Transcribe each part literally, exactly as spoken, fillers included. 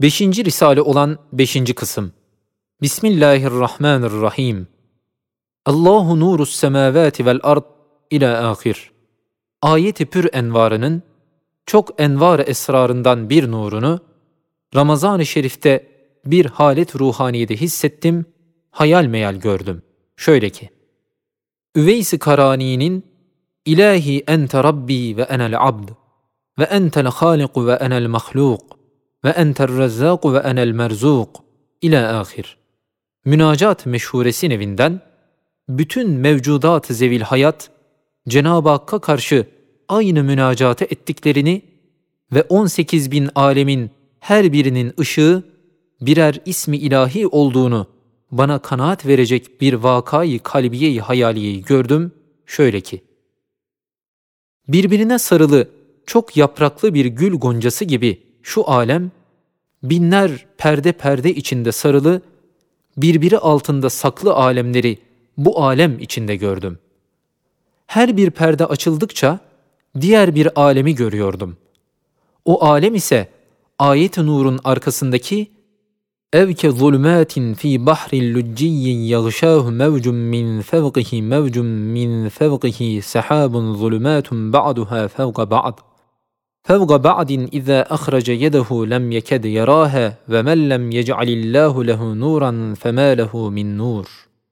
Beşinci Risale olan beşinci kısım. Bismillahirrahmanirrahim. Allahu nurus semavati vel ard ila ahir. Ayet-i pür envarının, çok envar esrarından bir nurunu, Ramazan-ı Şerif'te bir halet ruhaniyede hissettim, hayal meyal gördüm. Şöyle ki, Üveys-i Karani'nin İlahi ente Rabbi ve enel abd ve entel haliku ve enel mahluk ve entel rezzâku ve enel merzûk ila ahir. Münacat meşhuresi nevinden, bütün mevcudat-ı zevil hayat, Cenab-ı Hakk'a karşı aynı münacatı ettiklerini ve on sekiz bin alemin her birinin ışığı birer ismi ilahi olduğunu bana kanaat verecek bir vakayı kalbiye-i hayaliyeyi gördüm, şöyle ki, birbirine sarılı, çok yapraklı bir gül goncası gibi şu alem, binler perde perde içinde sarılı, birbiri altında saklı alemleri bu alem içinde gördüm. Her bir perde açıldıkça diğer bir alemi görüyordum. O alem ise ayet-i nurun arkasındaki evke zulümatin fi bahrin lücciyyin yagşâhu mevcun min fevqihi mevcun min fevqihi sehabun zulümatun ba'duha fevqa ba'd. Fevqa ba'din izâ ahraca yedehu lem yeked yarâhe ve men lem yec'alillâhu lehu nuran femâ lehu min nur.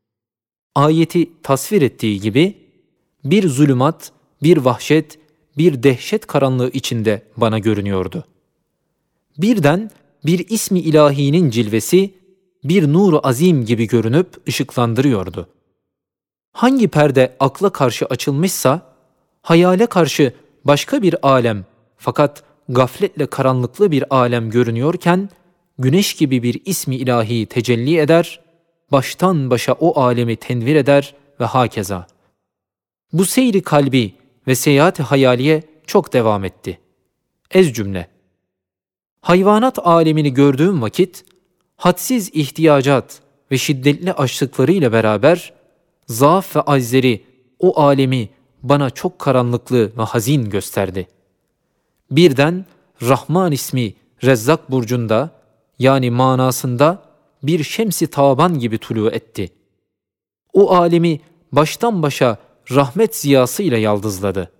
Ayeti tasvir ettiği gibi bir zulümat, bir vahşet, bir dehşet karanlığı içinde bana görünüyordu. Birden bir ismi ilahinin cilvesi bir nur-u azim gibi görünüp ışıklandırıyordu. Hangi perde akla karşı açılmışsa, hayale karşı başka bir alem, fakat gafletle karanlıklı bir alem görünüyorken, güneş gibi bir ismi ilahi tecelli eder, baştan başa o alemi tenvir eder ve hakeza. Bu seyri kalbi ve seyahat-i hayaliye çok devam etti. Ez cümle. Hayvanat alemini gördüğüm vakit, hadsiz ihtiyacat ve şiddetli açlıklarıyla beraber, zaaf ve aczleri o alemi bana çok karanlıklı ve hazin gösterdi. Birden Rahman ismi Rezzak burcunda, yani manasında bir şems-i taban gibi tulu etti. O alemi baştan başa rahmet ziyasıyla yaldızladı.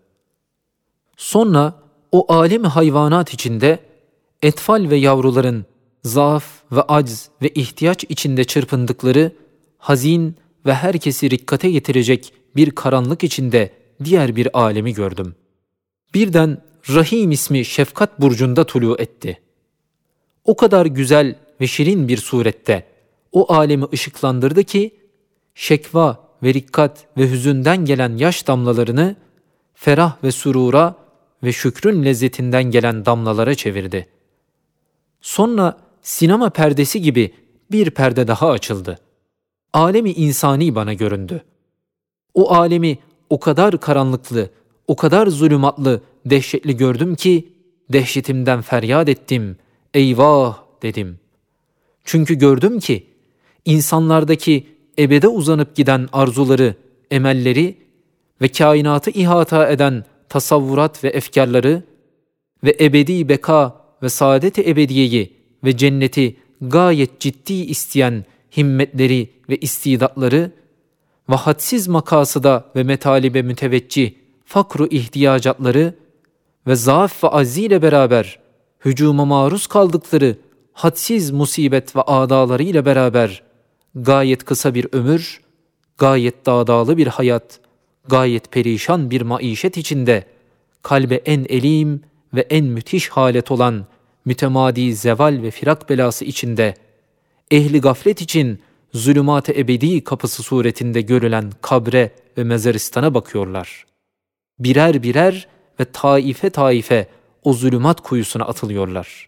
Sonra o alemi hayvanat içinde etfal ve yavruların zaaf ve acz ve ihtiyaç içinde çırpındıkları hazin ve herkesi rikkate getirecek bir karanlık içinde diğer bir alemi gördüm. Birden Rahim ismi şefkat burcunda tulu etti. O kadar güzel ve şirin bir surette o alemi ışıklandırdı ki, şekva ve rikkat ve hüzünden gelen yaş damlalarını ferah ve surura ve şükrün lezzetinden gelen damlalara çevirdi. Sonra sinema perdesi gibi bir perde daha açıldı. Alemi insani bana göründü. O alemi o kadar karanlıklı, o kadar zulümatlı, dehşetli gördüm ki, dehşetimden feryat ettim, eyvah dedim. Çünkü gördüm ki, insanlardaki ebede uzanıp giden arzuları, emelleri ve kainatı ihata eden tasavvurat ve efkarları ve ebedi beka ve saadet-i ebediyeyi ve cenneti gayet ciddi isteyen himmetleri ve istidatları ve hadsiz makasıda ve metalibe müteveccih fakru ihtiyacatları ve zaaf ve azziyle beraber hücuma maruz kaldıkları hadsiz musibet ve adalarıyla beraber gayet kısa bir ömür, gayet dağdağlı bir hayat, gayet perişan bir maişet içinde kalbe en elim ve en müthiş halet olan mütemadi zeval ve firak belası içinde ehli gaflet için zulümat-ı ebedi kapısı suretinde görülen kabre ve mezaristana bakıyorlar. Birer birer ve taife taife o zulümat kuyusuna atılıyorlar.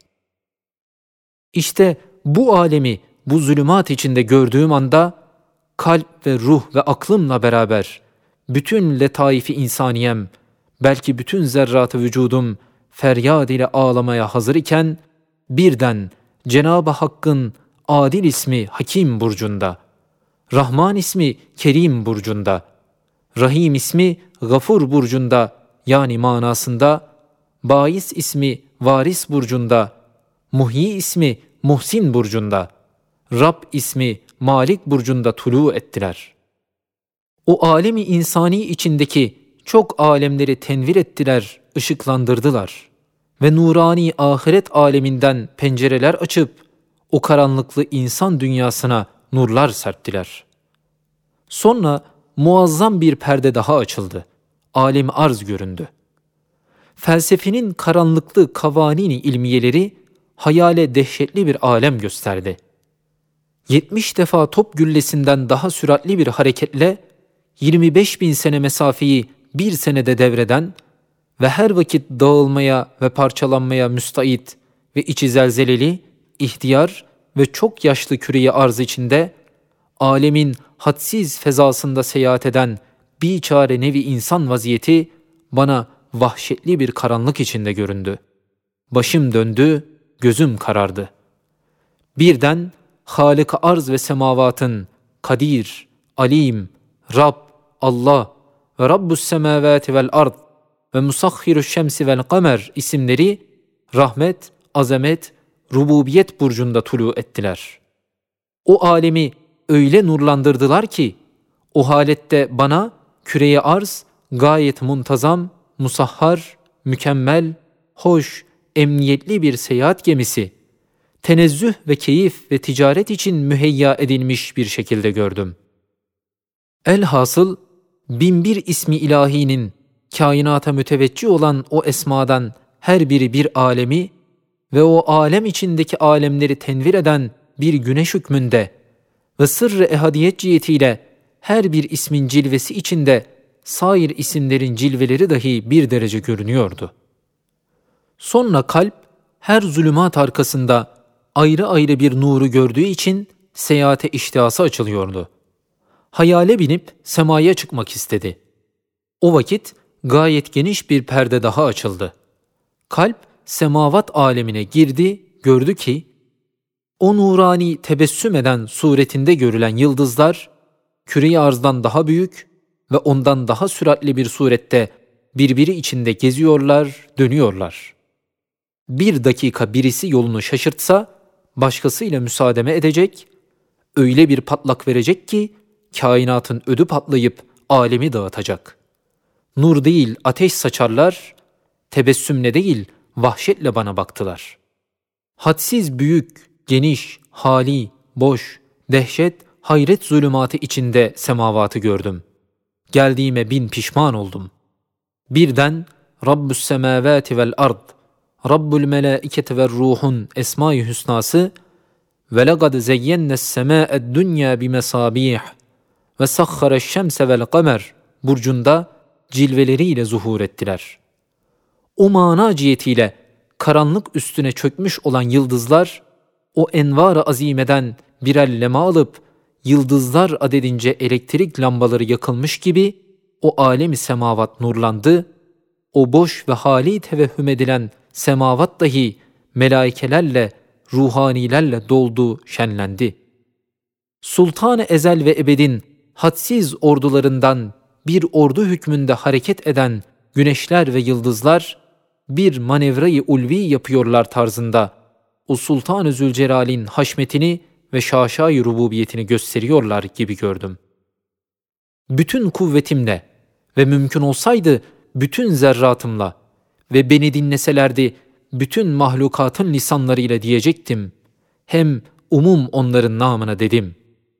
İşte bu alemi bu zulümat içinde gördüğüm anda kalp ve ruh ve aklımla beraber bütün letaifi insaniyem, belki bütün zerrat-ı vücudum feryad ile ağlamaya hazır iken birden Cenab-ı Hakk'ın Adil ismi Hakim burcunda, Rahman ismi Kerim burcunda, Rahim ismi Gafur burcunda, yani manasında Bais ismi Varis burcunda, Muhyi ismi Muhsin burcunda, Rab ismi Malik burcunda tulu ettiler. O alemi insani içindeki çok alemleri tenvir ettiler, ışıklandırdılar ve nurani ahiret aleminden pencereler açıp o karanlıklı insan dünyasına nurlar serptiler. Sonra muazzam bir perde daha açıldı. Alem arz göründü. Felsefenin karanlıklı kavanini ilmiyeleri hayale dehşetli bir alem gösterdi. Yetmiş defa top güllesinden daha süratli bir hareketle yirmi beş bin sene mesafeyi bir senede devreden ve her vakit dağılmaya ve parçalanmaya müstait ve içi zelzeleli, ihtiyar ve çok yaşlı küreyi arz içinde, alemin hadsiz fezasında seyahat eden biçare nevi insan vaziyeti bana vahşetli bir karanlık içinde göründü. Başım döndü, gözüm karardı. Birden Hâlik-i arz ve semavatın Kadir, Alim, Rab, Allah ve Rabbus semavati vel ard ve Musahhirü'ş şemsi vel kamer isimleri rahmet, azamet, rububiyet burcunda tulu ettiler. O alemi öyle nurlandırdılar ki o halette bana küreye arz gayet muntazam, musahhar, mükemmel, hoş, emniyetli bir seyahat gemisi, tenezzüh ve keyif ve ticaret için müheyya edilmiş bir şekilde gördüm. Elhasıl binbir ismi ilahinin kainata müteveccih olan o esmadan her biri bir alemi ve o alem içindeki alemleri tenvir eden bir güneş hükmünde ve sırrı ehadiyet cihetiyle her bir ismin cilvesi içinde sair isimlerin cilveleri dahi bir derece görünüyordu. Sonra kalp her zulümat arkasında ayrı ayrı bir nuru gördüğü için seyahate iştihası açılıyordu. Hayale binip semaya çıkmak istedi. O vakit gayet geniş bir perde daha açıldı. Kalp semavat alemine girdi, gördü ki o nurani tebessüm eden suretinde görülen yıldızlar küre-i arzdan daha büyük ve ondan daha süratli bir surette birbiri içinde geziyorlar, dönüyorlar. Bir dakika birisi yolunu şaşırtsa başkasıyla müsaademe edecek, öyle bir patlak verecek ki kainatın ödü patlayıp alemi dağıtacak. Nur değil ateş saçarlar, tebessümle değil vahşetle bana baktılar. Hadsiz büyük, geniş, hali, boş, dehşet, hayret zulümatı içinde semavatı gördüm. Geldiğime bin pişman oldum. Birden Rabbus semavati vel ard, Rabbul melâiketi ve ruhun esma-i hüsnası ve legad zeyyennes semâ'ed dünya bimesâbih ve sahhareş şemse vel kamer burcunda cilveleriyle zuhur ettiler. O mana cihetiyle karanlık üstüne çökmüş olan yıldızlar o envar-ı azimeden birer lema alıp yıldızlar adedince elektrik lambaları yakılmış gibi o alemi semavat nurlandı, o boş ve hali tevehhüm edilen semavat dahi melaikelerle, ruhanilerle doldu, şenlendi. Sultan-ı Ezel ve Ebed'in hadsiz ordularından bir ordu hükmünde hareket eden güneşler ve yıldızlar bir manevrayı ulvi yapıyorlar tarzında o Sultan-ı Zülcelal'in haşmetini ve şaşa-i rububiyetini gösteriyorlar gibi gördüm. Bütün kuvvetimle ve mümkün olsaydı bütün zerratımla ve beni dinleselerdi bütün mahlukatın lisanlarıyla diyecektim. Hem umum onların namına dedim.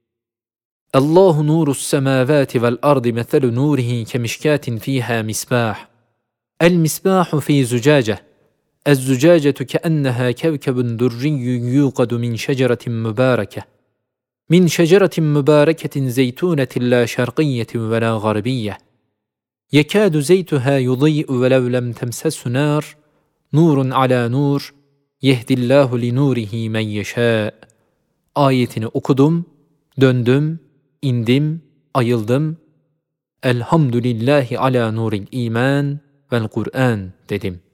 Allahu nurus semavati vel ardi meselu nurihi kemişkatin fiha misbah. El misbahu fi zucace. الزجاجة كأنها كوكب دري يوقد من شجرة مباركة من شجرة مباركة زيتونة لا شرقية ولا غربية يكاد زيتها يضيء ولو لم تمسسه نار نور على نور يهدي الله لنوره من يشاء. Ayetini okudum, döndüm, indim, ayıldım. Elhamdülillahi ala nuril iman vel Kur'an dedim.